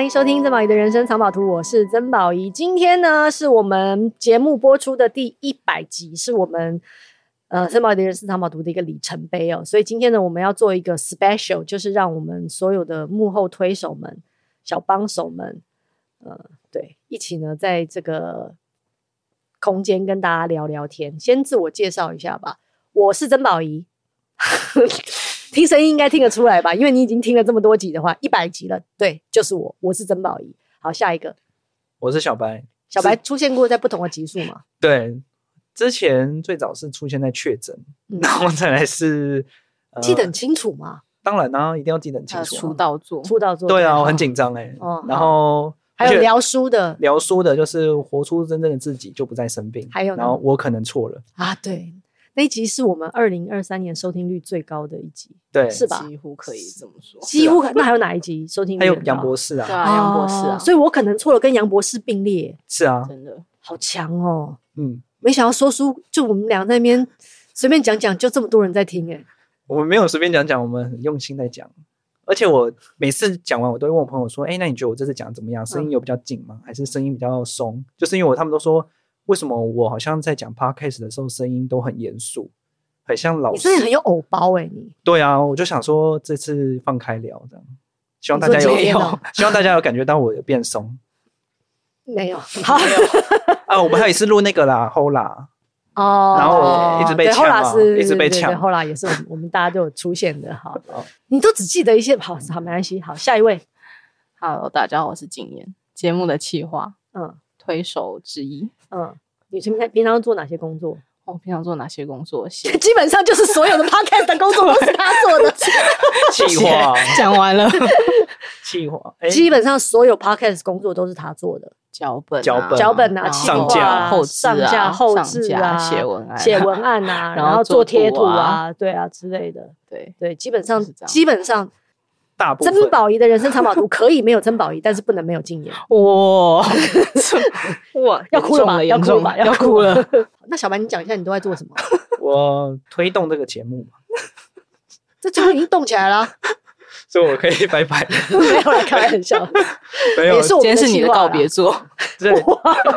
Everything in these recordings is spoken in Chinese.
迎收听曾宝仪的人生藏宝图，我是曾宝仪。今天呢是我们节目播出的第100集，是我们曾宝仪的人生藏宝图的一个里程碑哦。所以今天呢，我们要做一个 special， 就是让我们所有的幕后推手们、小帮手们，对，一起呢在这个空间跟大家聊聊天。先自我介绍一下吧，我是曾宝仪。听声音应该听得出来吧，因为你已经听了这么多集的话，100集了。对，就是我是曾宝仪。好，下一个， 我是小白。 小白出现过在不同的集数吗？ 对，之前最早是出现在确诊，然后再来是记得很清楚吗？ 当然啊，一定要记得很清楚。 出道作， 对啊，我很紧张然后还有聊书的就是活出真正的自己，就不再生病。 还有呢， 然后我可能错了啊，对。那一集是我们2023年收听率最高的一集， 对， 是吧？ 几乎可以这么说， 几乎。那还有哪一集收听率？ 还有杨博士啊， 对啊，杨博士啊， 所以我可能错了，跟杨博士并列。 是啊， 真的好强哦。 没想到说书就我们俩在那边随便讲讲，就这么多人在听哎。 我们没有随便讲讲，我们很用心在讲。而且我每次讲完，我都会问我朋友说：“那你觉得我这次讲怎么样？声音有比较紧吗？还是声音比较松？”就是因为他们都说，为什么我好像在讲 podcast 的时候声音都很严肃，很像老师。 你真的很有偶包你。 对啊，我就想说这次放开聊这样，希望大家希望大家有感觉到我有变松。 没有， 好啊，我们还有一次录那个啦 ，Hola。然后我一直被呛啊，一直被呛。 后来也是我们大家都有出现的。好，你都只记得一些，好，没关系。好，下一位。 Hello， 大家好，我是景言，节目的企划，推手之一。 你平常做哪些工作？ 我平常做哪些工作？ 基本上就是所有的 podcast 的工作都是他做的。 企划讲完了， 企划基本上所有 podcast 工作都是他做的。 脚本啊， 上架、 后置啊，写文案啊，然后做贴图啊，对啊之类的。对，基本上大部分曾宝仪的人生藏宝图可以没有曾宝仪，但是不能没有静言。 哇， 要哭了吧？要哭了。那小白，你讲一下你都在做什么？ 我推动这个节目嘛， 这节目已经动起来了。 所以我可以拜拜。 没有啦，开玩笑。 没有， 今天是你的告别作。 对，哇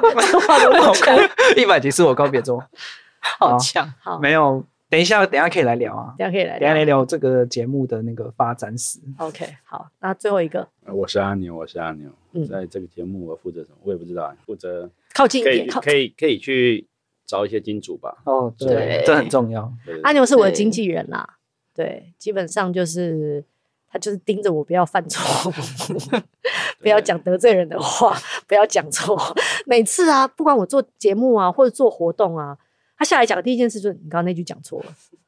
，100集是我告别作， 好强。 好， 没有，等一下可以来聊啊。 等一下来聊这个节目的那个发展史。 OK， 好，那最后一个， 我是阿牛。在这个节目我负责什么？我也不知道，负责靠近一点， 可以去找一些金主吧。 哦，对，这很重要。 阿牛是我的经纪人啦。对，基本上就是他就是盯着我不要犯错，不要讲得罪人的话，不要讲错。每次啊，不管我做节目啊，或者做活动啊，他下来讲的第一件事就是你刚刚那句讲错了。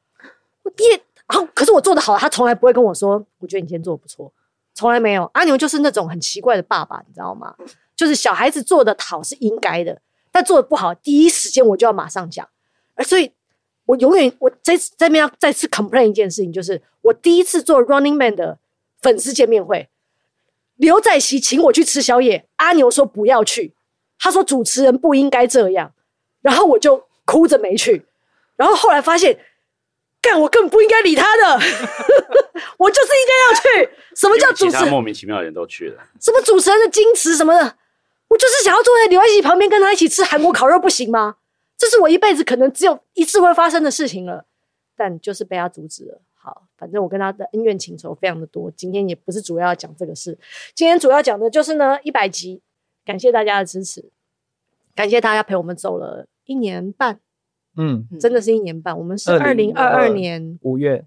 可是我做得好，他从来不会跟我说，我觉得你今天做得不错，从来没有。阿牛就是那种很奇怪的爸爸，你知道吗？就是小孩子做得好是应该的，但做得不好，第一时间我就要马上讲。所以我这边要再次 complain 一件事情，就是我第一次做 Running Man 的粉丝见面会，刘在熙请我去吃宵夜，阿牛说不要去，他说主持人不应该这样，然后我就哭着没去，然后后来发现，我根本不应该理他的，我就是应该要去。什么叫主持人？ 其他莫名其妙的人都去了， 什么主持人的矜持什么的，我就是想要坐在刘在熙旁边跟他一起吃韩国烤肉，不行吗？这是我一辈子可能只有一次会发生的事情了，但就是被他阻止了。好，反正我跟他的恩怨情仇非常的多，今天也不是主要要讲这个事，今天主要讲的就是呢100集，感谢大家的支持，感谢大家陪我们走了1年半，真的是1年半，我们是2022年 5月，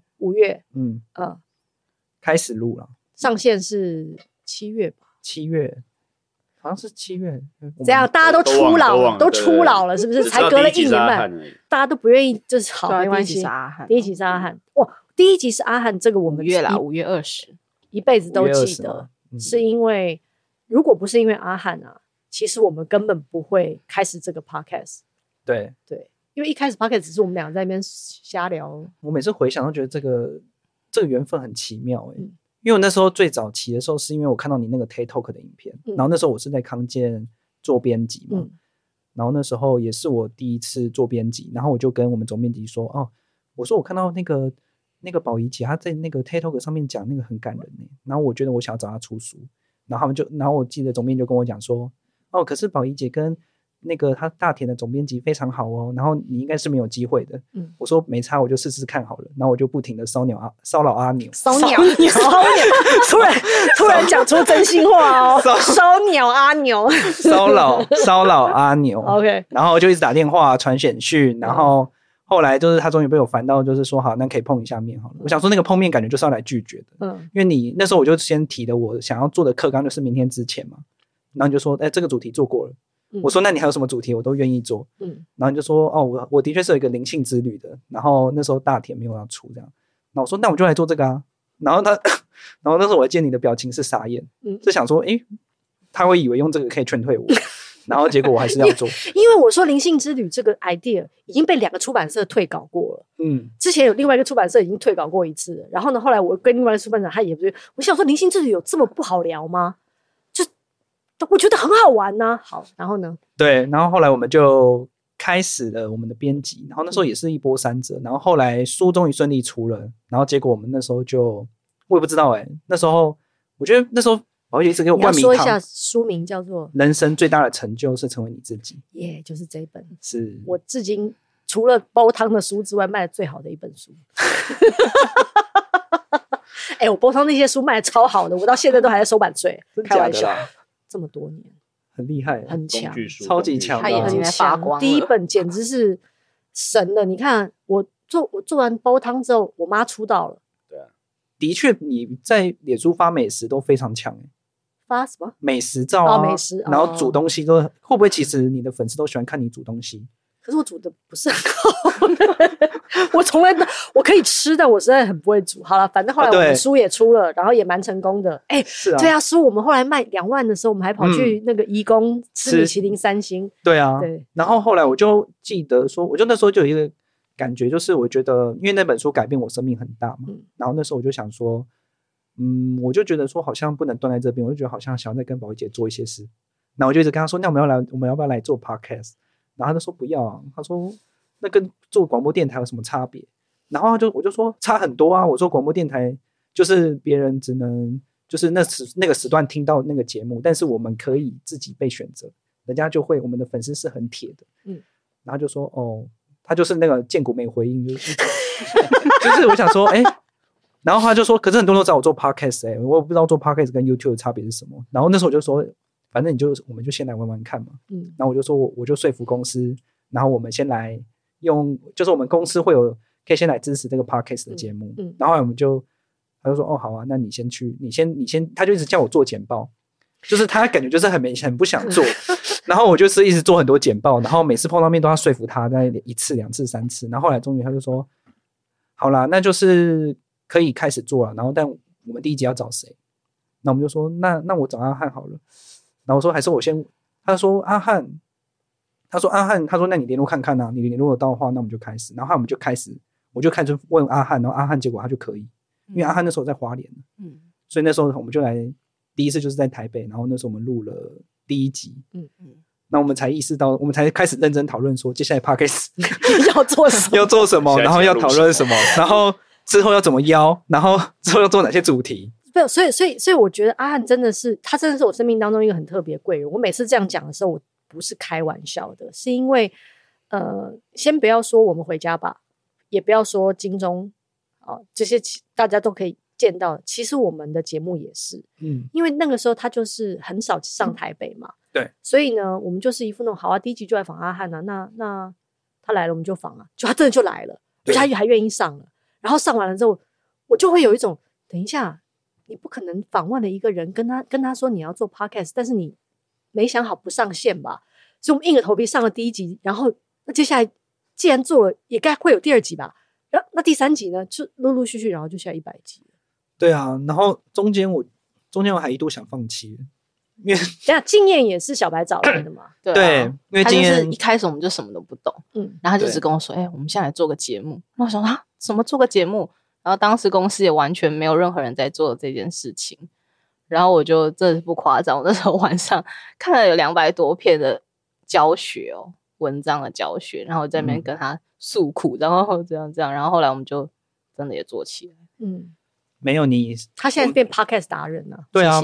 开始录了， 上线是7月吧 ？7月。好像是7月， 这样大家都出老了，是不是？才隔了1年半，大家都不愿意，就是好，没关系。第一集是阿汉，哇，第一集是阿汉，这个我们 5月20， 一辈子都记得，是因为如果不是因为阿汉啊，其实我们根本不会开始这个 podcast。 对， 因为一开始 podcast 只是我们俩在那边瞎聊。 我每次回想都觉得这个缘分很奇妙因为我那时候最早期的时候，是因为我看到你那个 TikTok 的影片，然后那时候我是在康健做编辑嘛，然后那时候也是我第一次做编辑，然后我就跟我们总编辑说，我说我看到那个宝仪姐她在那个 TikTok 上面讲那个很感人然后我觉得我想要找她出书， 然后我记得总编就跟我讲说，哦，可是宝仪姐跟那个他大田的总编辑非常好哦，然后你应该是没有机会的。我说没差，我就试试看好了。然后我就不停的骚扰阿牛， 突然讲出真心话哦，骚鸟阿牛， 骚扰阿牛。 OK， 然后就一直打电话传简讯，然后后来就是他终于被我烦到，就是说好，那可以碰一下面好了。我想说那个碰面感觉就是要来拒绝的，因为你那时候我就先提的我想要做的课纲就是明天之前嘛，然后你就说这个主题做过了。我说那你还有什么主题我都愿意做，然后你就说哦，我的确是有一个灵性之旅的，然后那时候大田没有要出这样，然后我说那我就来做这个啊，然后那时候我还见你的表情是傻眼，就想说他会以为用这个可以劝退我，然后结果我还是要做， 因为我说灵性之旅这个 idea 已经被2个出版社退稿过了，之前有另外一个出版社已经退稿过一次了，然后呢后来我跟另外一个出版社他也不对，我想说灵性之旅有这么不好聊吗？我觉得很好玩啊。好，然后呢？ 对，然后后来我们就开始了我们的编辑，然后那时候也是一波三折，然后后来书终于顺利出了，然后结果我们那时候我也不知道那时候我觉得那时候宝仪姐一直给我冠名堂， 你要说一下书名叫做《 人生最大的成就是成为你自己》， 就是这一本， 是我至今除了煲汤的书之外卖的最好的一本书。我煲汤那些书卖的超好的，我到现在都还在收版税，开玩笑。这么多年， 很厉害， 很强， 超级强， 他眼睛在发光。 第一本简直是神了！你看，我做完煲汤之后，我妈出道了。 对啊， 的确，你在脸书发美食都非常强发什么美食照啊？ 美食， 然后煮东西都会不会？其实你的粉丝都喜欢看你煮东西。 可是我煮的不是很好，我从来我可以吃的，我实在很不会煮。好了，反正后来我们书也出了，然后也蛮成功的。 是啊， 对啊，书我们后来卖2万的时候，我们还跑去那个颐宫吃米其林3星。 对啊，对。然后后来我就记得说，我就那时候就有一个感觉，就是我觉得因为那本书改变我生命很大嘛，然后那时候我就想说，我就觉得说好像不能断在这边，我就觉得好像想要再跟宝仪姐做一些事。然后我就一直跟她说，那我们要不要来做 podcast？然后他就说不要啊，他说那跟做广播电台有什么差别？然后我就说差很多啊，我说广播电台就是别人只能就是那个时段听到那个节目，但是我们可以自己被选择，人家就会我们的粉丝是很铁的，然后就说他就是那个见骨没回应，就是我想说然后他就说可是很多人都找我做 podcast 我也不知道做 podcast 跟 YouTube 的差别是什么，然后那时候我就说反正我们就先来玩玩看嘛，然后我就说我就说服公司，然后我们先来用，就是我们公司会有可以先来支持这个 podcast 的节目，然后他就说好啊，那你先，他就一直叫我做简报，就是他感觉就是很不想做，然后我就是一直做很多简报，然后每次碰到面都要说服他，在1次2次3次，然后后来终于他就说好啦，那就是可以开始做了，然后但我们第一集要找谁？那我们就说那我找阿汉好了。然后我说还是我先，他说阿汉，他说那你联络看看啊，你联络得到的话，那我们就开始。然后我们就开始，我就开始问阿汉，然后阿汉结果他就可以，因为阿汉那时候在花莲，所以那时候我们就来第一次就是在台北，然后那时候我们录了第1集，那我们才意识到，我们才开始认真讨论说接下来 podcast 要做什么，然后要讨论什么，然后之后要怎么邀，然后之后要做哪些主题。 所以我觉得阿汉真的是我生命当中一个很特别贵人。我每次这样讲的时候，我不是开玩笑的，是因为先不要说我们回家吧，也不要说金钟这些大家都可以见到，其实我们的节目也是，因为那个时候他就是很少上台北嘛， 对， 所以呢，我们就是一副那种好啊，第1集就来访阿汉啊，那他来了我们就访啊，就他真的就来了，而且他还愿意上了，然后上完了之后，我就会有一种等一下。你不可能访问了一个人跟他说你要做 podcast， 但是你没想好不上线吧，所以我们硬着头皮上了第1集，然后那接下来既然做了也该会有第2集吧，然后那第3集呢就陆陆续续然后就下100集了。 对啊，然后中间我还一度想放弃，因为经验也是小白找来的嘛。 对，因为经验他就是一开始我们就什么都不懂，然后他就只跟我说我们现在来做个节目，然后我想什么做个节目，然后当时公司也完全没有任何人在做这件事情，然后我就真的不夸张，我那时候晚上看了有200多篇的教学文章的教学，然后我在那边跟他诉苦，然后这样，然后后来我们就真的也做起来。 没有你， 他现在变 podcast 达人了。 对啊， 谢谢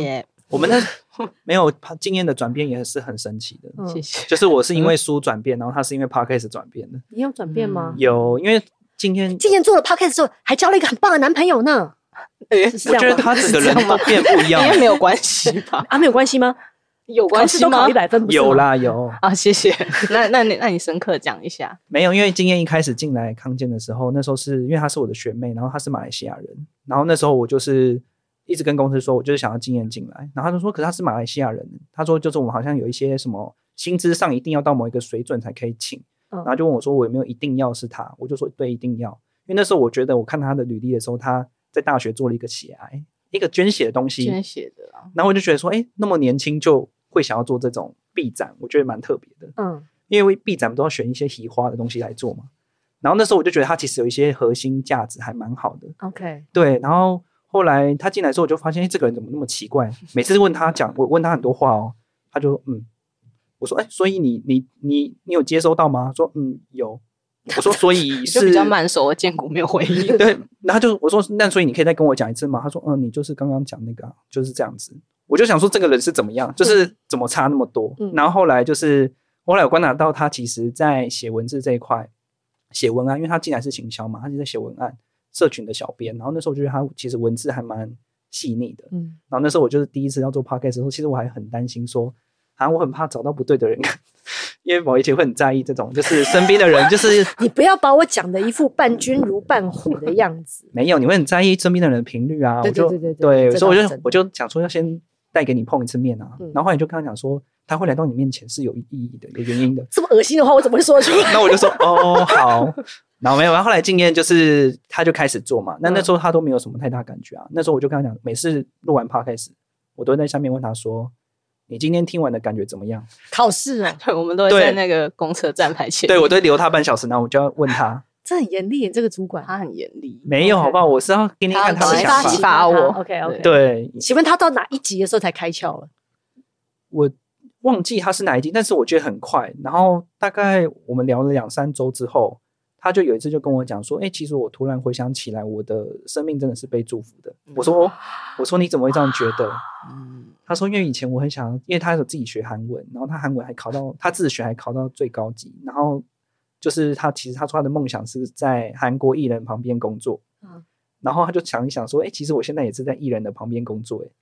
我们没有经验的转变也是很神奇的。 谢谢。 就是我是因为书转变，然后他是因为 podcast 转变的。 你有转变吗？ 有，因为今天做了 podcast 之后，还交了一个很棒的男朋友呢。 我觉得他整个人都变不一样， 应该没有关系吧？ 没有关系吗？ 有关系吗？ 考100分不是吗？ 有啦，有啊，谢谢。那你深刻讲一下。 没有，因为经验一开始进来康健的时候，那时候是因为她是我的学妹，然后她是马来西亚人，然后那时候我就是一直跟公司说，我就是想要经验进来，然后他就说，可是他是马来西亚人，他说就是我们好像有一些什么薪资上一定要到某一个水准才可以请，然后就问我说我有没有一定要是他，我就说对，一定要，因为那时候我觉得我看他的履历的时候，他在大学做了一个血癌，一个捐血的东西， 捐血的啊， 然后我就觉得说，那么年轻就会想要做这种臂展，我觉得蛮特别的，因为臂展都要选一些奇花的东西来做嘛，然后那时候我就觉得他其实有一些核心价值还蛮好的 ，OK， 对，然后后来他进来之后，我就发现，这个人怎么那么奇怪？每次问他我问他很多话哦，他就我说所以你有接收到吗？说有。我说所以是就比较慢熟的建股没有回应。 对，然后我说那所以你可以再跟我讲一次吗？他说你就是刚刚讲那个就是这样子。我就想说这个人是怎么样，就是怎么差那么多。然后后来我观察到他其实在写文字这一块，写文案，因为他进来是行销嘛，他就在写文案。社群的小编，然后那时候我觉得他其实文字还蛮细腻的，然后那时候我就是第一次要做 podcast 的时候，其实我还很担心说，我很怕找到不对的人，因为我以前会很在意这种，就是身边的人，就是你不要把我讲的一副伴君如伴虎的样子， 没有，你会很在意身边的人的频率啊，对，所以我就想说要先带给你碰一次面啊，然后后来就跟他讲说，他会来到你面前是有意义的，有原因的， 这么恶心的话我怎么会说出来？ 那我就说好。然后没有，然后后来经验就是他就开始做嘛，那时候他都没有什么太大感觉啊。那时候我就跟他讲，每次录完 podcast 我都会在下面问他说，你今天听完的感觉怎么样？ 考试对，我们都会在那个公车站牌前， 对，我都会留他半小时，然后我就要问他。 这很严厉，这个主管他很严厉。 没有好不好？我是要给你看他的想法， 启发我。 OK， 对。 请问他到哪一集的时候才开窍了？ 我忘记他是哪一集，但是我觉得很快。然后大概我们聊了2-3周之后，他就有一次就跟我讲说，其实我突然回想起来，我的生命真的是被祝福的。我说你怎么会这样觉得？他说因为以前我很想，因为他有自己学韩文，然后他韩文还考到，他自学还考到最高级，然后就是其实他说他的梦想是在韩国艺人旁边工作，然后他就想一想说，其实我现在也是在艺人的旁边工作，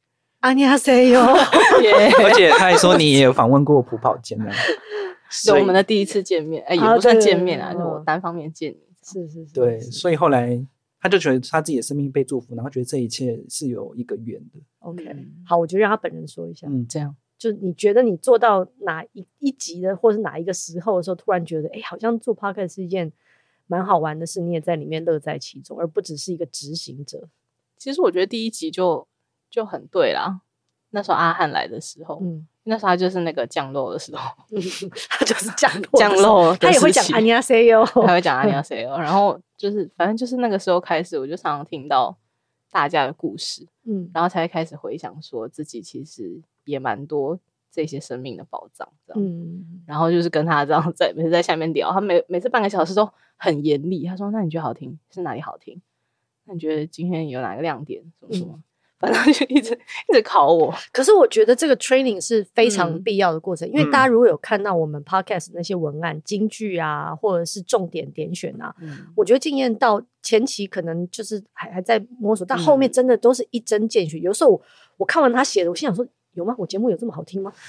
안녕하세요 而且他还说你也有访问过朴宝剑呢。 是我们的第一次见面，也不算见面啊，就我单方面见你。 是， 对，所以后来他就觉得他自己的生命被祝福，然后觉得这一切是有一个缘的。 OK， 好，我就让他本人说一下。 这样， 就你觉得你做到哪一集的，或是哪一个时候的时候，突然觉得，好像做 podcast 是一件蛮好玩的事，你也在里面乐在其中，而不只是一个执行者。 其实我觉得第一集就很对啦。那时候阿汉来的时候，那时候他就是那个降落的时候， 他就是降落， 他也会讲안녕하세요， 他会讲안녕하세요，然后就是反正就是那个时候开始，我就常常听到大家的故事，然后才开始回想说自己其实也蛮多这些生命的宝藏，这样，然后就是跟他这样每次在下面聊，他每次半个小时都很严厉，他说那你觉得好听是哪里好听？那你觉得今天有哪个亮点？什么什么？反正就一直考我。 可是我觉得这个 training 是非常必要的过程，因为大家如果有看到我们 podcast 那些文案金句啊，或者是重点点选啊，我觉得经验到前期可能就是还在摸索，但后面真的都是一针见血。有时候我看完他写的，我心想说有吗？我节目有这么好听吗？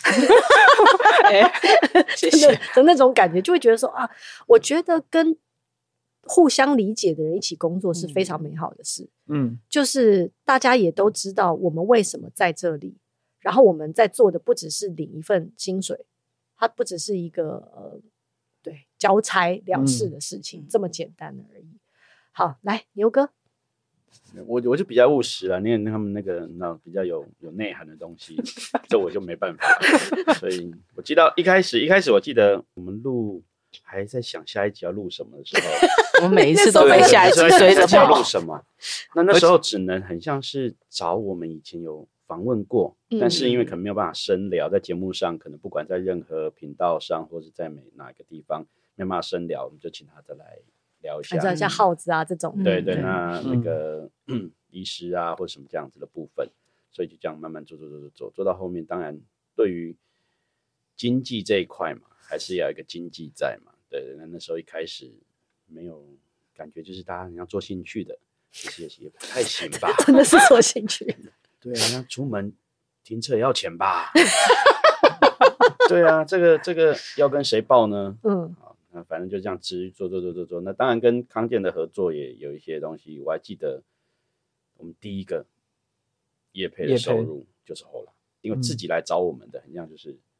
谢谢的那种感觉，就会觉得说我觉得跟互相理解的人一起工作是非常美好的事。就是大家也都知道我们为什么在这里，然后我们在做的不只是领一份薪水，它不只是一个对交差了事的事情，这么简单而已。好，来牛哥。 我就比较务实了，因为他们那个比较有内涵的东西，这我就没办法。所以我记得一开始我记得我们录还在想下一集要录什么的时候， 我们每一次都被下一集追着跑。 录什么？那时候只能很像是找我们以前有访问过，但是因为可能没有办法深聊，在节目上可能不管在任何频道上，或是在哪一个地方没办法深聊，我们就请他再来聊一下， 像耗子啊这种。 对，那个医师啊或者什么这样子的部分。 所以就这样慢慢做到后面，当然对于经济这一块嘛，还是要有一个经济在嘛。对，那时候一开始没有感觉，就是大家要做兴趣的，其实也不太行吧。 真的是做兴趣。 对啊，那出门停车也要钱吧？对啊，这个要跟谁报呢？那反正就这样持续做。那当然跟康健的合作也有一些东西，我还记得我们第一个业配的收入就是 Hola， 因为自己来找我们的，很像就是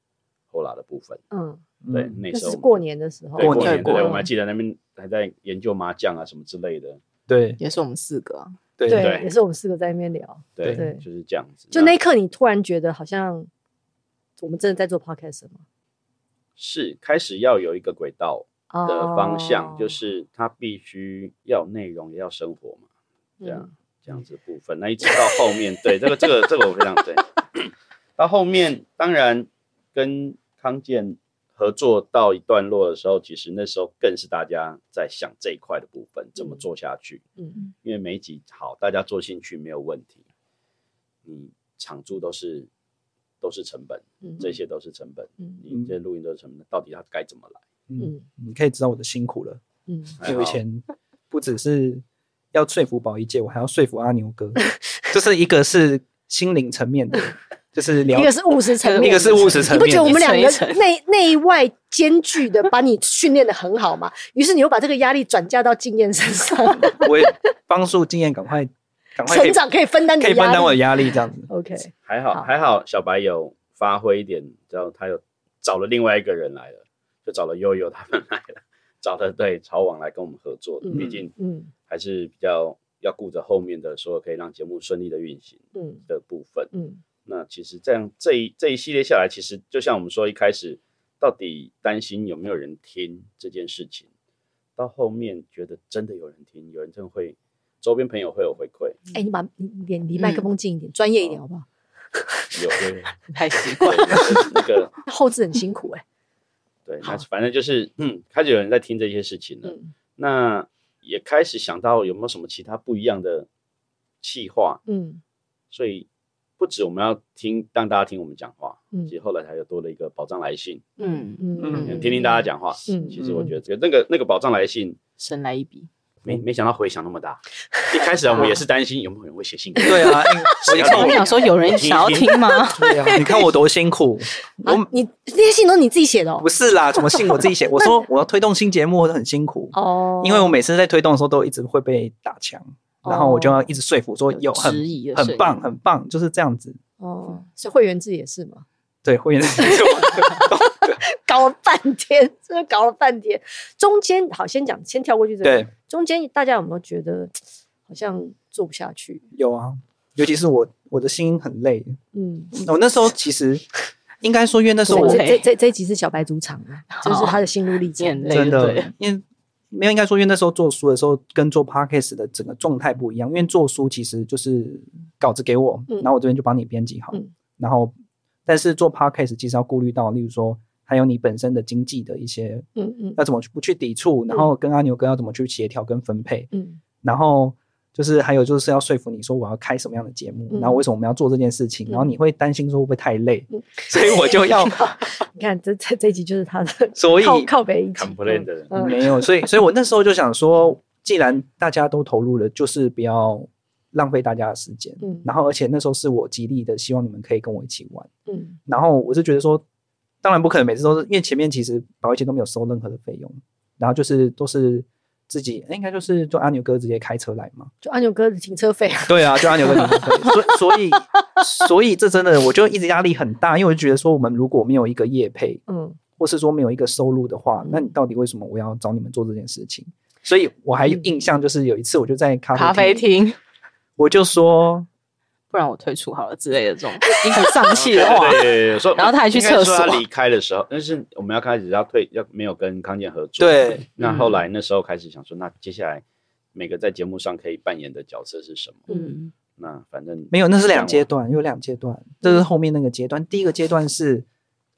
Hola 的部分。对，那时候是过年的时候， 过年对，我们还记得那边还在研究麻将啊什么之类的。 对， 也是我们4个啊。 对，也是我们4个在那边聊。 对，就是这样子。 就那一刻，你突然觉得好像我们真的在做 podcast 吗？是， 开始要有一个轨道的方向，就是它必须要内容也要生活嘛，这样子的部分。那一直到后面，对这个我非常对。到后面当然跟康健合作到一段落的时候，其实那时候更是大家在想这一块的部分怎么做下去。因为每一集好，大家做兴趣没有问题，你场租都是成本，这些都是成本，你这些录音都是成本，到底它该怎么来？ 你可以知道我的辛苦了。因为以前不只是要说服宝仪姐，我还要说服阿牛哥，就是一个是心灵层面的。就是一个是务实层面， 一个是务实层面。 你不觉得我们两个内外兼具的把你训练的很好吗？于是你又把这个压力转嫁到经验身上。 我也帮助经验赶快成长，可以分担你的压力， 可以分担我的压力，这样子。 OK， 还好，小白有发挥一点，然后他有找了另外一个人来了，就找了悠悠他们来了，找了曹网来跟我们合作。毕竟还是比较要顾着后面的所有可以让节目顺利的运行的部分。那其实这一系列下来，其实就像我们说一开始，到底担心有没有人听这件事情，到后面觉得真的有人听，有人真的会，周边朋友会有回馈。 你把脸离麦克风近一点，专业一点好不好？ 有太习惯了，那个后置很辛苦对，那反正就是开始有人在听这些事情了。那也开始想到有没有什么其他不一样的企划。所以不止我们要让大家听我们讲话，其实后来还有多了一个保障来信，听听大家讲话。其实我觉得那个保障来信神来一笔， 没想到回响那么大。一开始我们也是担心有没有人会写信。 对啊， 我想说有人想要听吗？ 对啊，你看我多辛苦。 你这些信都是你自己写的哦？ 不是啦，什么信我自己写？我说我要推动新节目，很辛苦哦，因为我每次在推动的时候都一直会被打枪。然后我就要一直说服说有很棒很棒，就是这样子。 所以会员制也是吗？ 对，会员制搞了半天，真的搞了半天。中间好，先跳过去这个。 对， 中间大家有没有觉得好像做不下去？ 有啊，尤其是我的心很累。我那时候其实应该说，因为那时候这一集是小白主场啊，这是他的心路历程， 真的，因为。没有，应该说，因为那时候做书的时候跟做 podcast 的整个状态不一样。因为做书其实就是稿子给我，然后我这边就帮你编辑好。然后，但是做 podcast 其实要顾虑到，例如说还有你本身的经济的一些，要怎么不去抵触，然后跟阿牛哥要怎么去协调跟分配，然后就是还有就是要说服你说我要开什么样的节目，然后为什么我们要做这件事情，然后你会担心说会不会太累，所以我就要你看这一集就是他的， 所以靠北一集 complain 的人没有，所以我那时候就想说，既然大家都投入了，就是不要浪费大家的时间，然后而且那时候是我极力的希望你们可以跟我一起玩，然后我是觉得说，当然不可能每次都是，因为前面其实保卫节都没有收任何的费用，然后就是都是自己应该就是就阿牛哥直接开车来嘛， 就阿牛哥的停车费啊， 对啊，就阿牛哥停车费，所以这真的我就一直压力很大，因为我就觉得说我们如果没有一个业配，或是说没有一个收入的话，那你到底为什么我要找你们做这件事情？所以我还有印象，就是有一次我就在咖啡厅，我就说不然我退出好了之类的这种已经很丧气的话， 对， 然后他还去厕所。 他离开的时候，但是我们要开始要没有跟康健合作。 对， 那后来那时候开始想说，那接下来每个在节目上可以扮演的角色是什么？那反正没有，那是2阶段，有2阶段，这是后面那个阶段。第一个阶段是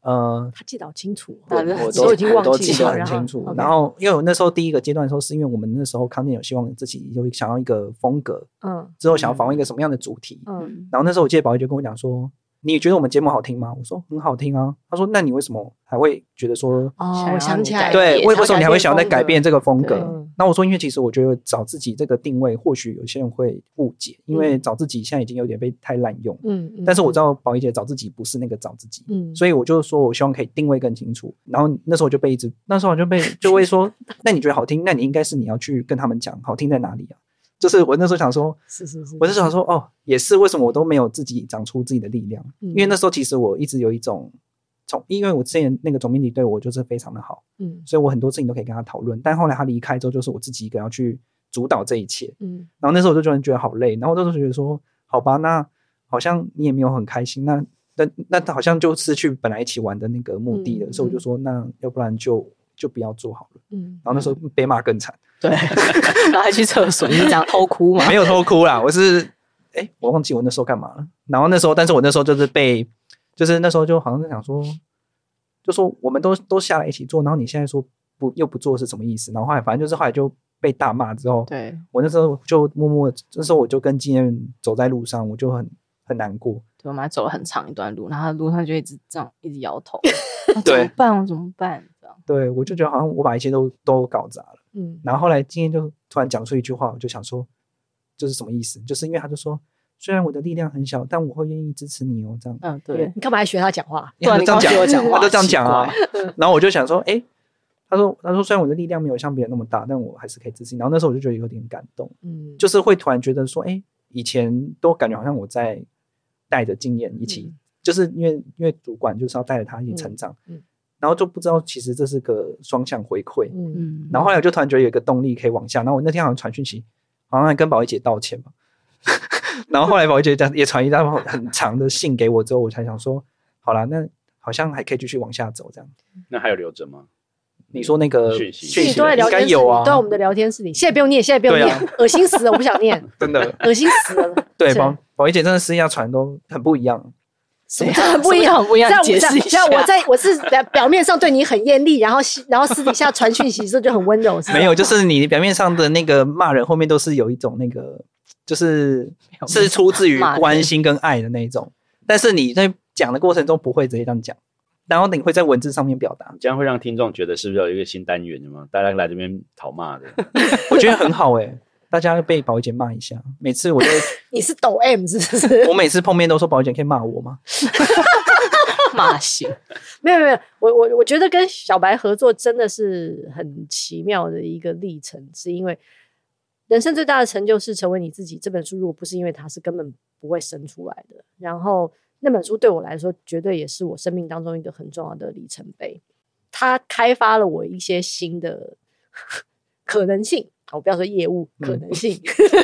他记得好清楚， 我都已经忘都记了， 记得很清楚。然后因为我那时候第一个阶段的时候，是因为我们那时候康健有希望自己有想要一个风格，之后想要访问一个什么样的主题，然后那时候我记得宝仪就跟我讲说，你觉得我们节目好听吗？我说很好听啊。他说那你为什么还会觉得说我想起来， 对，为什么你还会想要再改变这个风格？那我说因为其实我觉得找自己这个定位，或许有些人会误解，因为找自己现在已经有点被太滥用。但是我知道宝仪姐找自己不是那个找自己，所以我就说我希望可以定位更清楚。然后那时候我就就会说，那你觉得好听，那你应该是你要去跟他们讲好听在哪里啊？就是我那时候想说，我就想说也是为什么我都没有自己长出自己的力量？因为那时候其实我一直有一种因为我之前那个总编辑对我就是非常的好，所以我很多事情都可以跟他讨论。但后来他离开之后，就是我自己一个要去主导这一切，然后那时候我就觉得好累，然后我就觉得说，好吧，那好像你也没有很开心，那好像就失去本来一起玩的那个目的了，所以我就说，那要不然就不要做好了。然后那时候被骂更惨， 对，然后还去厕所，你是这样偷哭吗？ 没有偷哭啦，我忘记我那时候干嘛了。然后但是我那时候就是那时候就好像是想说，就说我们都下来一起做，然后你现在说又不做是什么意思？然后后来就被大骂之后， 对，我那时候就默默，那时候我就跟纪念走在路上，我就很难过。 对，我们还走了很长一段路，然后路上就一直这样一直摇头， 对， 怎么办？这样， 对，我就觉得好像我把一切都搞砸了。然后后来纪念就突然讲出一句话，我就想说，就是什么意思？就是因为他就说，虽然我的力量很小，但我会愿意支持你哦，这样。 对，你干嘛还学他讲话？ 他就这样讲，他就这样讲啊。然后我就想说，他说虽然我的力量没有像别人那么大，但我还是可以支持你。然后那时候我就觉得有点感动，就是会突然觉得说，以前都感觉好像我在带着经验一起，就是因为主管就是要带着他一起成长，然后就不知道其实这是个双向回馈，然后后来我就突然觉得有一个动力可以往下。然后我那天好像传讯息，好像还跟宝仪姐道歉嘛。然后后来宝仪姐也传一大封很长的信给我之后，我才想说，好啦，那好像还可以继续往下走这样。 那还有留着吗？ 你说那个讯息你都在聊天室里，都在我们的聊天室里。现在不用念，恶心死了，我不想念， 真的恶心死了。 对，宝仪姐真的私下传都很不一样。 什么很不一样？ 解释一下。 我是表面上对你很严厉，然后私底下传讯息的时候就很温柔。 没有，就是你表面上的那个骂人，后面都是有一种那个，是出自于关心跟爱的那一种。但是你在讲的过程中不会直接这样讲，然后你会在文字上面表达， 这样会让听众觉得是不是有一个新单元？有没有大家来这边讨骂的？ 我觉得很好大家被宝仪姐骂一下。每次我都你是抖 M 是不是？ 我每次碰面都说宝仪姐可以骂我吗？ 骂醒。 没有，我觉得跟小白合作真的是很奇妙的一个历程，是因为人生最大的成就是成为你自己。这本书如果不是因为它，是根本不会生出来的。然后那本书对我来说，绝对也是我生命当中一个很重要的里程碑。它开发了我一些新的可能性。我不要说业务可能性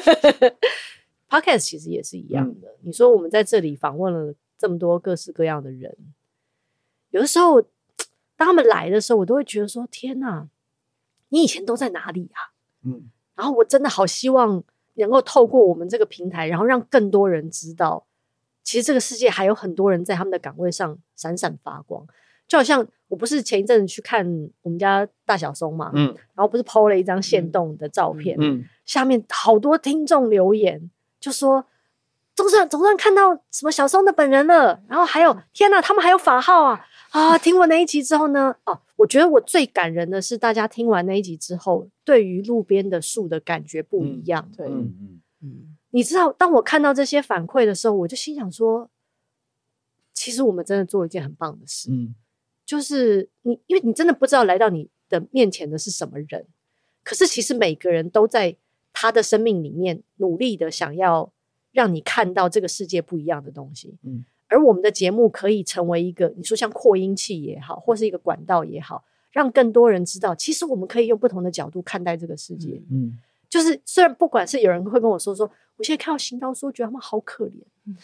Podcast 其实也是一样的。你说我们在这里访问了这么多各式各样的人，有的时候当他们来的时候，我都会觉得说，天哪，你以前都在哪里啊？然后我真的好希望能够透过我们这个平台，然后让更多人知道，其实这个世界还有很多人在他们的岗位上闪闪发光。就好像我不是前一阵子去看我们家大小松嘛，然后不是 po 了一张限动的照片，下面好多听众留言就说总算看到什么小松的本人了，然后还有天哪，他们还有法号啊！听完那一集之后呢，我觉得我最感人的是大家听完那一集之后，对于路边的树的感觉不一样。对，你知道，当我看到这些反馈的时候，我就心想说，其实我们真的做了一件很棒的事。就是因为你真的不知道来到你的面前的是什么人，可是其实每个人都在他的生命里面努力的想要让你看到这个世界不一样的东西。而我们的节目可以成为一个，你说像扩音器也好，或是一个管道也好，让更多人知道，其实我们可以用不同的角度看待这个世界。就是虽然不管是有人会跟我说我现在看到行道树觉得他们好可怜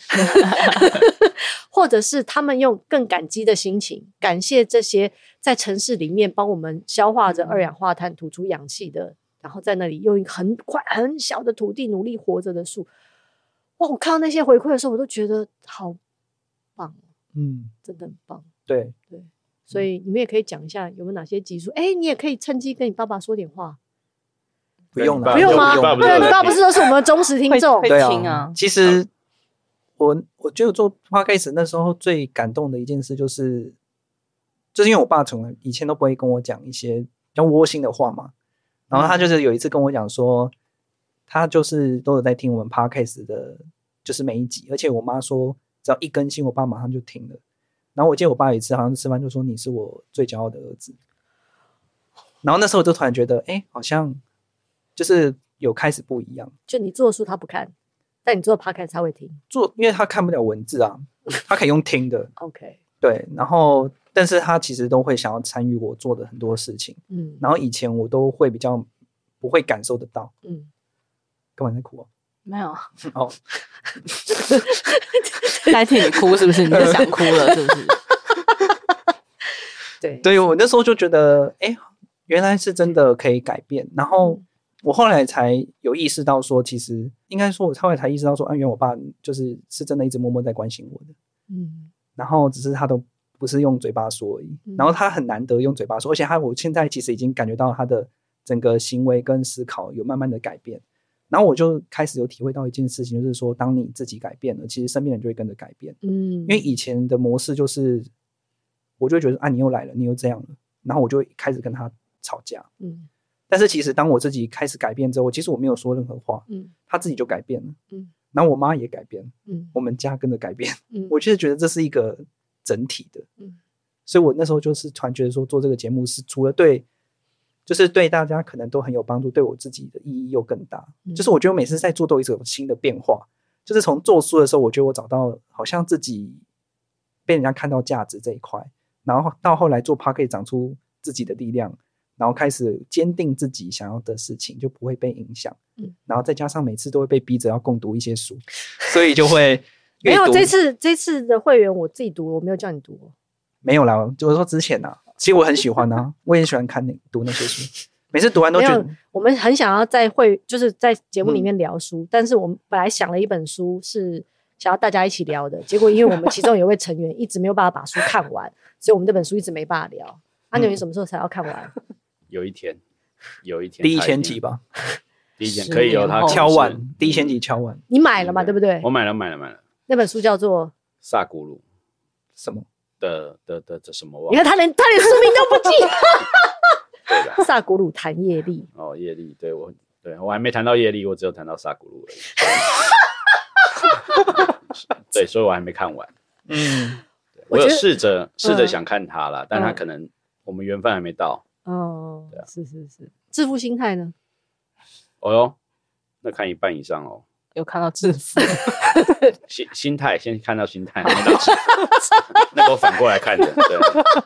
或者是他们用更感激的心情感谢这些在城市里面帮我们消化着二氧化碳吐出氧气的，然后在那里用一个很小的土地努力活着的树。哇，我看到那些回馈的时候，我都觉得好棒，真的很棒。 对， 所以你们也可以讲一下有没有哪些集数，你也可以趁机跟你爸爸说点话。 不用了， 不用吗？对，你爸不是都是我们的忠实听众， 会听啊。 其实我觉得做 podcast 那时候最感动的一件事就是因为我爸从来以前都不会跟我讲一些比较窝心的话嘛，然后他就是有一次跟我讲说，他就是都有在听我们 podcast 的，就是每一集，而且我妈说只要一更新，我爸马上就听了。然后我记得我爸有一次好像吃饭就说你是我最骄傲的儿子，然后那时候我就突然觉得，好像就是有开始不一样。 就你做的书他不看，但你做的 podcast 他会听。 因为他看不了文字啊，他可以用听的。 OK， 对，然后但是他其实都会想要参与我做的很多事情。然后以前我都会比较不会感受得到。干嘛在哭啊？ 没有哦， 代替你哭是不是？你是想哭了是不是？ 对，我那时候就觉得，原来是真的可以改变。然后我后来才有意识到说，其实应该说，我后来才意识到说，原来我爸是真的一直默默在关心我的。然后只是他都不是用嘴巴说而已。然后他很难得用嘴巴说，而且我现在其实已经感觉到他的整个行为跟思考有慢慢的改变。然后我就开始有体会到一件事情，就是说，当你自己改变了，其实身边人就会跟着改变。因为以前的模式就是，我就会觉得你又来了，你又这样了，然后我就会开始跟他吵架。但是其实当我自己开始改变之后，其实我没有说任何话，他自己就改变了。然后我妈也改变，我们家跟着改变。我就是觉得这是一个整体的。所以我那时候就是突然觉得说，做这个节目是除了就是对大家可能都很有帮助，对我自己的意义又更大。就是我觉得每次在做都有一种新的变化。就是从做书的时候，我觉得我找到好像自己被人家看到价值这一块，然后到后来做 podcast 长出自己的力量，然后开始坚定自己想要的事情，就不会被影响。然后再加上每次都会被逼着要共读一些书，所以就会没有这次的会员我自己读，我没有叫你读。 没有啦，就是说之前啊，其实我很喜欢啊，我也喜欢读那些书，每次读完都觉得我们很想要就是在节目里面聊书，但是我们本来想了一本书是想要大家一起聊的，结果因为我们其中有位成员一直没有办法把书看完，所以我们这本书一直没办法聊。牛你什么时候才要看完？ 有一天第1000集吧， 第1000可以由他敲完，第1000集敲完。 你买了嘛？对不对？ 我买了。 那本书叫做《 萨古鲁》 什么的什么？ 你看他连书名都不记。对，萨古鲁谈业力。 业力，对我还没谈到业力，我只有谈到萨古鲁而已。对，所以我还没看完。我有试着想看它啦，但它可能我们缘分还没到。对啊， 是。致富心态呢？ 那看一半以上哦。 有看到致富。 心态先看到心态，没到致富。那个我反过来看的。对。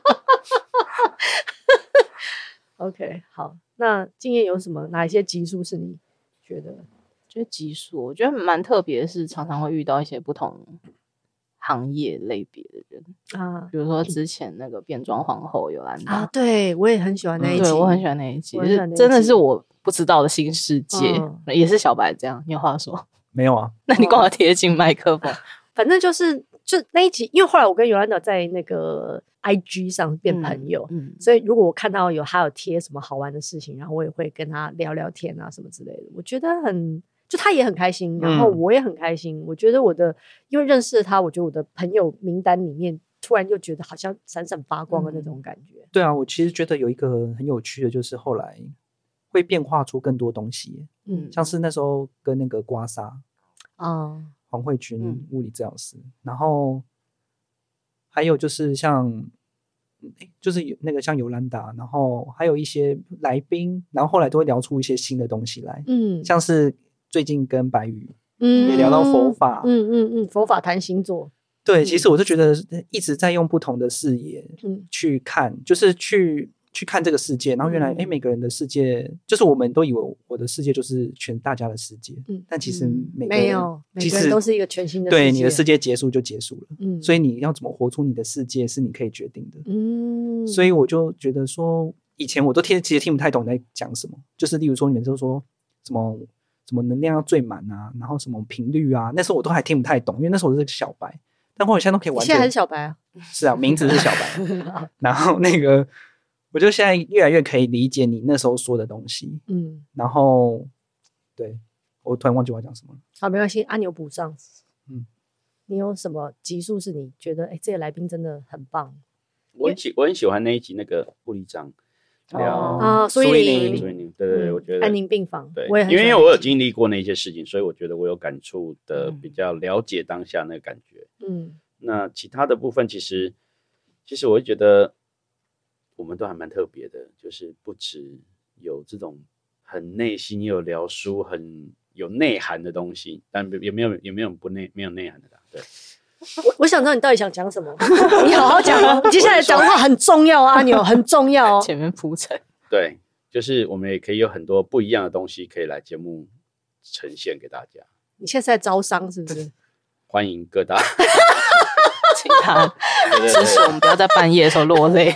OK， 好，那经验有哪一些集数是你觉得集数？我觉得蛮特别的是，常常会遇到一些不同行业类别的人啊，比如说之前那个变装皇后尤兰达对我也很喜欢那一集， 对我很喜欢那一集，就是真的是我不知道的新世界，也是小白这样。你有话说？ 没有啊， 那你跟我贴近麦克风。 反正就那一集，因为后来我跟尤兰达在那个 IG 上变朋友，所以如果我看到他有贴什么好玩的事情，然后我也会跟他聊聊天啊什么之类的，我觉得就他也很开心，然后我也很开心。我觉得因为认识了他，我觉得我的朋友名单里面突然就觉得好像闪闪发光的那种感觉。 对啊，我其实觉得有一个很有趣的，就是后来会变化出更多东西。像是那时候跟那个刮痧黄慧君物理治疗师，然后还有就是就是那个像尤兰达，然后还有一些来宾，然后后来都会聊出一些新的东西来。像是最近跟白宇也聊到佛法， 佛法谈星座。 对，其实我就觉得一直在用不同的视野去看，就是去看这个世界，然后原来每个人的世界，就是我们都以为我的世界就是全大家的世界，但其实每个人都是一个全新的世界。 对，你的世界结束就结束了，所以你要怎么活出你的世界是你可以决定的。所以我就觉得说，以前我都其实听不太懂你在讲什么，就是例如说你们就说什么能量要最满啊，然后什么频率啊，那时候我都还听不太懂，因为那时候我是个小白。但我现在都可以完全， 你现在还是小白啊？ 是啊，名字是小白。然后那个，我就现在越来越可以理解你那时候说的东西。然后对我突然忘记我要讲什么了。 好，没关系，阿牛补上。 你有什么集数是你觉得这个来宾真的很棒？ 我很喜欢那一集那个护理长苏依林，对，我觉得安宁病房， 对， 我也很因为我有经历过那些事情，所以我觉得我有感触的，比较了解当下那个感觉。那其他的部分其实我会觉得我们都还蛮特别的，就是不只有这种很内心又有聊书很有内涵的东西，但也没有没有内涵的啦。对， 我想知道你到底想讲什么，你好好讲哦。你接下来讲话很重要啊，阿牛很重要哦。 前面铺陈， 对，就是我们也可以有很多不一样的东西可以来节目呈现给大家。 你现在在招商是不是？ 欢迎各大请他支持我们，不要在半夜的时候落泪。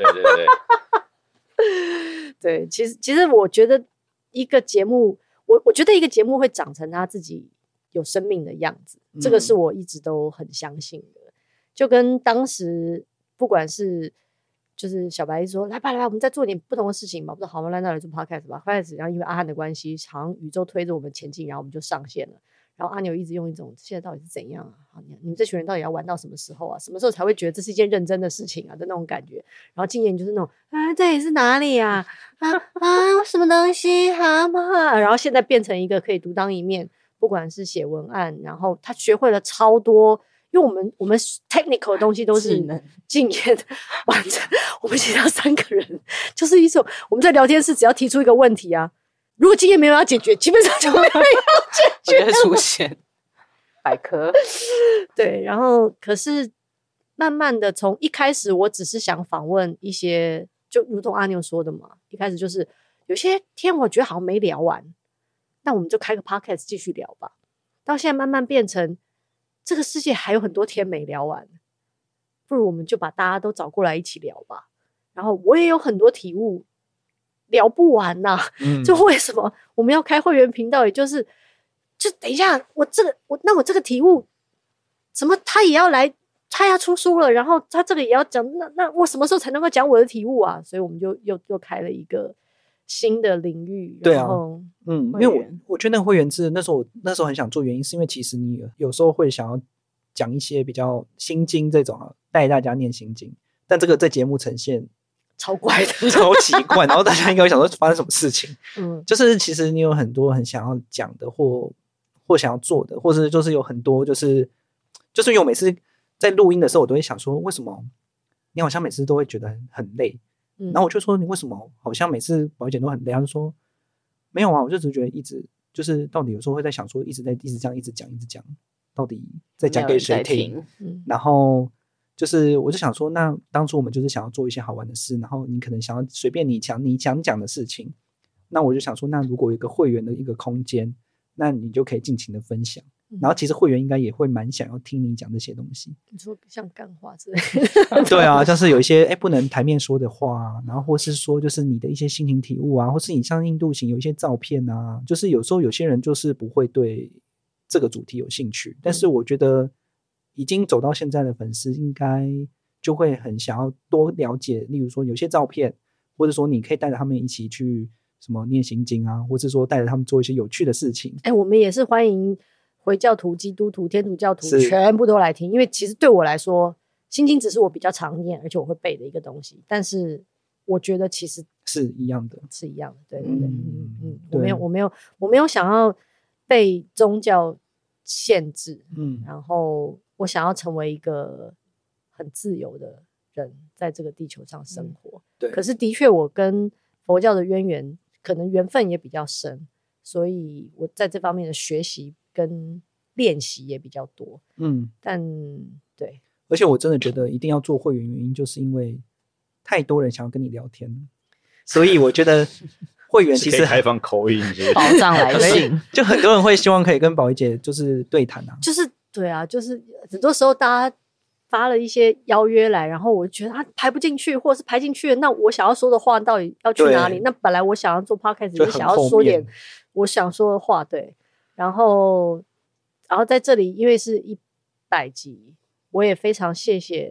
对，其实我觉得一个节目，我觉得一个节目会长成他自己有生命的样子，这个是我一直都很相信的。就跟当时不管是就是小白说来吧，我们再做点不同的事情吧。我说好，我们来做 podcast 吧。podcast 然后因为阿汉的关系，好像宇宙推着我们前进，然后我们就上线了。然后阿牛一直用一种现在到底是怎样啊？你们这群人到底要玩到什么时候啊？什么时候才会觉得这是一件认真的事情啊的那种感觉？然后今年就是那种这里是哪里啊？什么东西然后现在变成一个可以独当一面，不管是写文案，然后他学会了超多，因为我们 technical 的东西都是敬业的完成。我们其他3个人就是一种我们在聊天室只要提出一个问题啊。如果今天没有要解决，基本上就没有要解决， 会出现百科。 对，然后可是慢慢的从一开始我只是想访问一些，就如同阿牛说的嘛，一开始就是有些天我觉得好像没聊完，那我们就开个 podcast 继续聊吧。到现在慢慢变成这个世界还有很多天没聊完，不如我们就把大家都找过来一起聊吧。然后我也有很多体悟。聊不完呐、就为什么我们要开会员频道？也就是等一下，我这个题目，什么他也要来，他要出书了，然后他这个也要讲，那我什么时候才能够讲我的题目啊？所以我们就又开了一个新的领域。 对啊，因为我觉得那个会员制，那时候很想做，原因是因为其实你有时候会想要讲一些比较心经这种带大家念心经，但这个在节目呈现。 超怪的， 超奇怪，然后大家应该会想说发生什么事情。就是其实你有很多很想要讲的或想要做的，或者就是有很多就是因为我每次在录音的时候，我都会想说，为什么你好像每次都会觉得很累？然后我就说你为什么好像每次保险都很累？他就说没有啊，我就只是觉得一直就是到底有时候会在想说一直这样一直讲，到底在讲给谁听？然后。就是我就想说，那当初我们就是想要做一些好玩的事，然后你可能想要随便你想讲的事情，那我就想说，那如果有一个会员的一个空间，那你就可以尽情的分享。然后其实会员应该也会蛮想要听你讲这些东西。 你说像干话之类的， 对啊，像是有一些不能台面说的话，然后或是说就是你的一些心情体悟啊，或是你像印度行有一些照片啊，就是有时候有些人就是不会对这个主题有兴趣，但是我觉得。已经走到现在的粉丝应该就会很想要多了解，例如说有些照片，或者说你可以带着他们一起去什么念心经啊，或者说带着他们做一些有趣的事情。 我们也是欢迎回教徒、基督徒、天主教徒全部都来听，因为其实对我来说，心经只是我比较常念，而且我会背的一个东西，但是我觉得其实是一样的， 对，我没有想要被宗教限制，然后。我想要成为一个很自由的人，在这个地球上生活。 对。 可是的确，我跟佛教的渊源，可能缘分也比较深，所以我在这方面的学习跟练习也比较多。但对。 而且我真的觉得一定要做会员，原因就是因为太多人想要跟你聊天了，所以我觉得会员其实开放口音， 保障来信， 就很多人会希望可以跟宝仪姐就是对谈啊， 就是。对啊，就是很多时候大家发了一些邀约来，然后我觉得排不进去，或者是排进去了，那我想要说的话到底要去哪里？那本来我想要做 podcast 也想要说点我想说的话，对。然后在这里，因为是100集，我也非常谢谢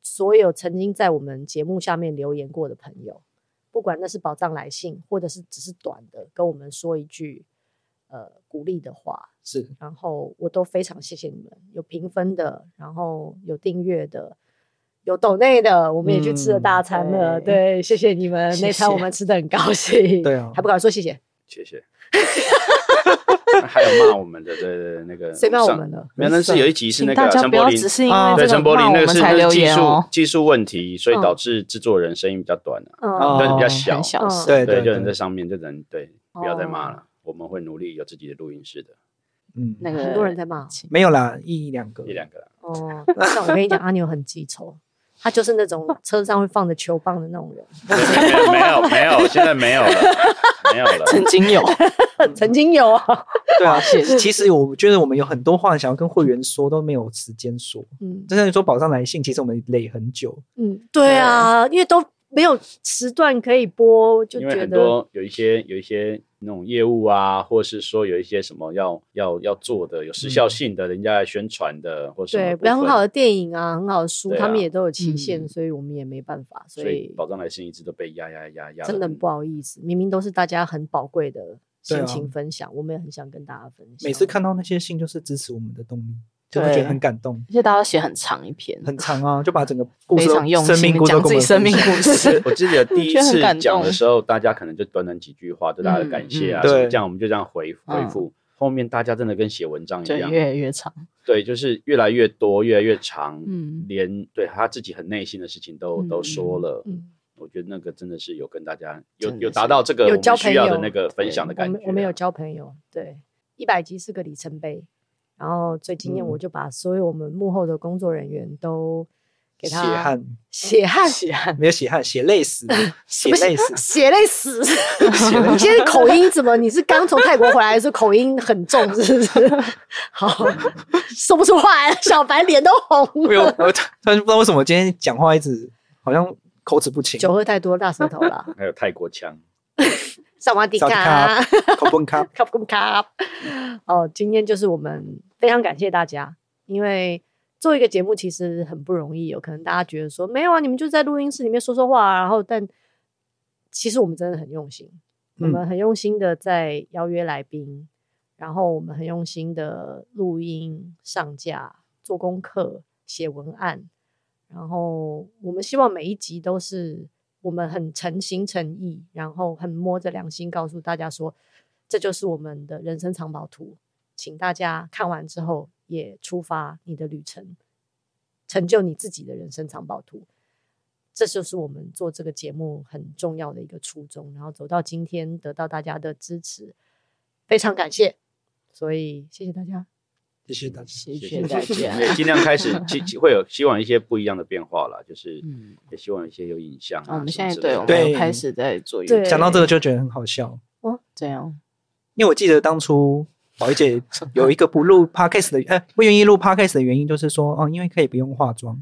所有曾经在我们节目下面留言过的朋友，不管那是宝藏来信，或者是只是短的跟我们说一句鼓励的话， 是， 然后我都非常谢谢你们，有评分的，然后有订阅的，有抖内的，我们也去吃了大餐了，对，谢谢你们，那餐我们吃得很高兴， 对啊， 还不敢说谢谢， 谢谢。还有骂我们的，对，那个谁骂我们的？ 没有，那是有一集是那个陈柏霖，只是因为对陈柏霖那个是技术问题，所以导嗯致制作人声音比较短人比较小， 对， 就人在上面，就人对，不要再骂了，我们会努力有自己的录音室的。 那个很多人在骂， 没有啦，一两个啦。 哦，那我跟你讲，阿牛很记仇。他就是那种车上会放着球棒的那种人。 没有，现在没有了，没有了。 曾经有， 曾经有啊。 对啊，其实我觉得我们有很多话想要跟会员说，都没有时间说。真的说宝藏来信，其实我们累很久。 对啊，因为都没有时段可以播，就觉得因为很多有一些那种业务啊，或是说有一些什么要做的有时效性的，人家来宣传的，或是对，比较很好的电影啊，很好的书，他们也都有期限，所以我们也没办法。所以宝藏来信一直都被压， 真的很不好意思。明明都是大家很宝贵的心情分享，我们也很想跟大家分享。 每次看到那些信，就是支持我们的动力。就会觉得很感动， 而且大家写很长一篇， 很长啊，就把整个故事、 非常用心生命故事讲自己生命故事。 我记得第一次讲的时候，大家可能就短短几句话，对大家的感谢啊，什么这样我们就这样回复。后面大家真的跟写文章一样， 越来越长。 对，就是越来越多，越来越长，连对他自己很内心的事情都说了。我觉得那个真的是有跟大家有达到这个我们需要的那个分享的感觉。 我们有交朋友，对，100集是个里程碑。然后最惊艳，我就把所有我们幕后的工作人员都给他血汗， 没有血汗，血泪死，血泪死。你今天口音怎么？你是刚从泰国回来，还是口音很重？是不是？好，说不出话来，小白脸都红了。 突然不知道为什么今天讲话一直好像口齿不清， 酒喝太多，大舌头了。 还有泰国腔。 萨瓦迪卡， 考本卡， 考本卡。哦，今天就是我们非常感谢大家，因为做一个节目其实很不容易，有可能大家觉得说没有啊，你们就在录音室里面说说话，然后但其实我们真的很用心，我们很用心的在邀约来宾，然后我们很用心的录音、上架、做功课、写文案，然后我们希望每一集都是。我们很诚心诚意，然后很摸着良心告诉大家说，这就是我们的人生藏宝图，请大家看完之后也出发你的旅程，成就你自己的人生藏宝图。这就是我们做这个节目很重要的一个初衷，然后走到今天得到大家的支持，非常感谢，所以谢谢大家。 谢谢大家， 谢谢大家。 也尽量开始会有希望一些不一样的变化啦，就是也希望一些有影像啊。 我们现在我们开始在做。 讲到这个就觉得很好笑哦， 这样， 因为我记得当初宝仪姐有一个不录 podcast 的，不愿意录 podcast 的原因，就是说因为可以不用化妆。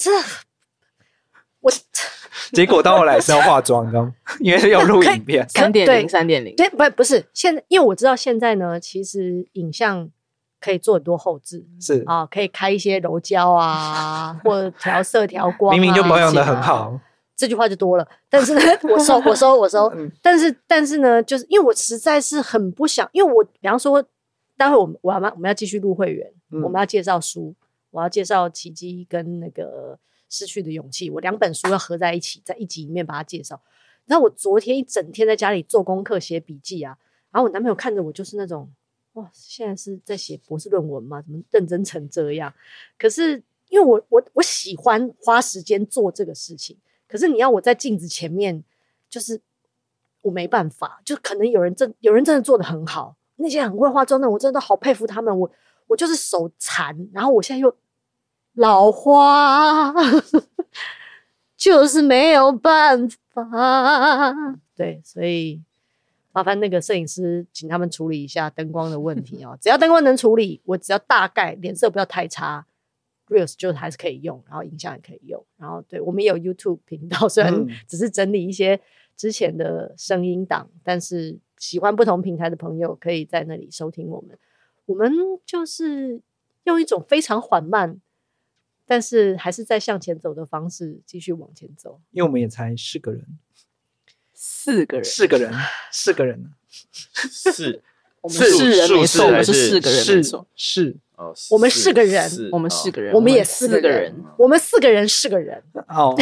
结果到后来是要化妆，你知道吗？因为要录影片 3.0， 对，不是现在，因为我知道现在呢，其实影像。可以做很多后置， 是啊，可以开一些柔焦啊，或调色调光、啊， 明明就保养得很好， 这句话就多了。但是呢，我收。但是呢，就是因为我实在是很不想，因为我比方说，待会我们要继续录会员，我们要介绍书，我要介绍奇迹跟那个失去的勇气，我2本书要合在一起，在一集里面把它介绍。然后我昨天一整天在家里做功课写笔记啊，然后我男朋友看着我就是那种。哇，现在是在写博士论文吗？怎么认真成这样？可是因为我喜欢花时间做这个事情，可是你要我在镜子前面，就是我没办法。就可能有人真的做得很好，那些很会化妆的，我真的都好佩服他们。我就是手残，然后我现在又老花，就是没有办法。对，所以。麻烦那个摄影师请他们处理一下灯光的问题哦。只要灯光能处理，我只要大概脸色不要太差 ，Reels 就还是可以用，然后影像也可以用。然后对我们也有 YouTube 频道，虽然只是整理一些之前的声音档，但是喜欢不同平台的朋友可以在那里收听我们。我们就是用一种非常缓慢但是还是在向前走的方式继续往前走。 因为我们也才4个人 ，4个人 ，4个人，4个人， 是我们是人没错，我们是4个人没错， 是哦， 我们4个人， 我们4个人， 我们也 4 4个人，我们4个人是个人。 哦，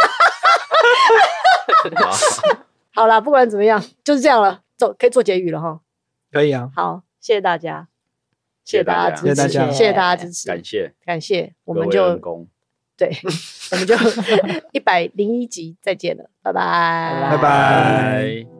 好啦，不管怎么样，就是这样了，走，可以做结语了哈。 可以啊。 好，谢谢大家，谢谢大家支持， 谢谢大家谢谢大家支持， 感谢， 我们就对，我们就101集再见了，拜拜， 拜拜。